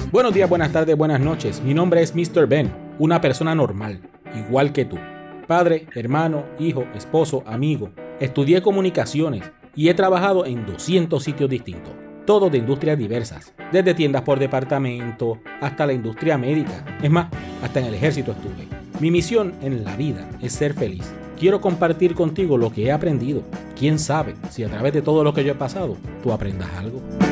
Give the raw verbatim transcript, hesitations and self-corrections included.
Buenos días, buenas tardes, buenas noches. Mi nombre es mister Ben, una persona normal, igual que tú. Padre, hermano, hijo, esposo, amigo. Estudié comunicaciones y he trabajado en doscientos sitios distintos, todos de industrias diversas, desde tiendas por departamento hasta la industria médica. Es más, hasta en el ejército estuve. Mi misión en la vida es ser feliz. Quiero compartir contigo lo que he aprendido. Quién sabe si a través de todo lo que yo he pasado, tú aprendas algo.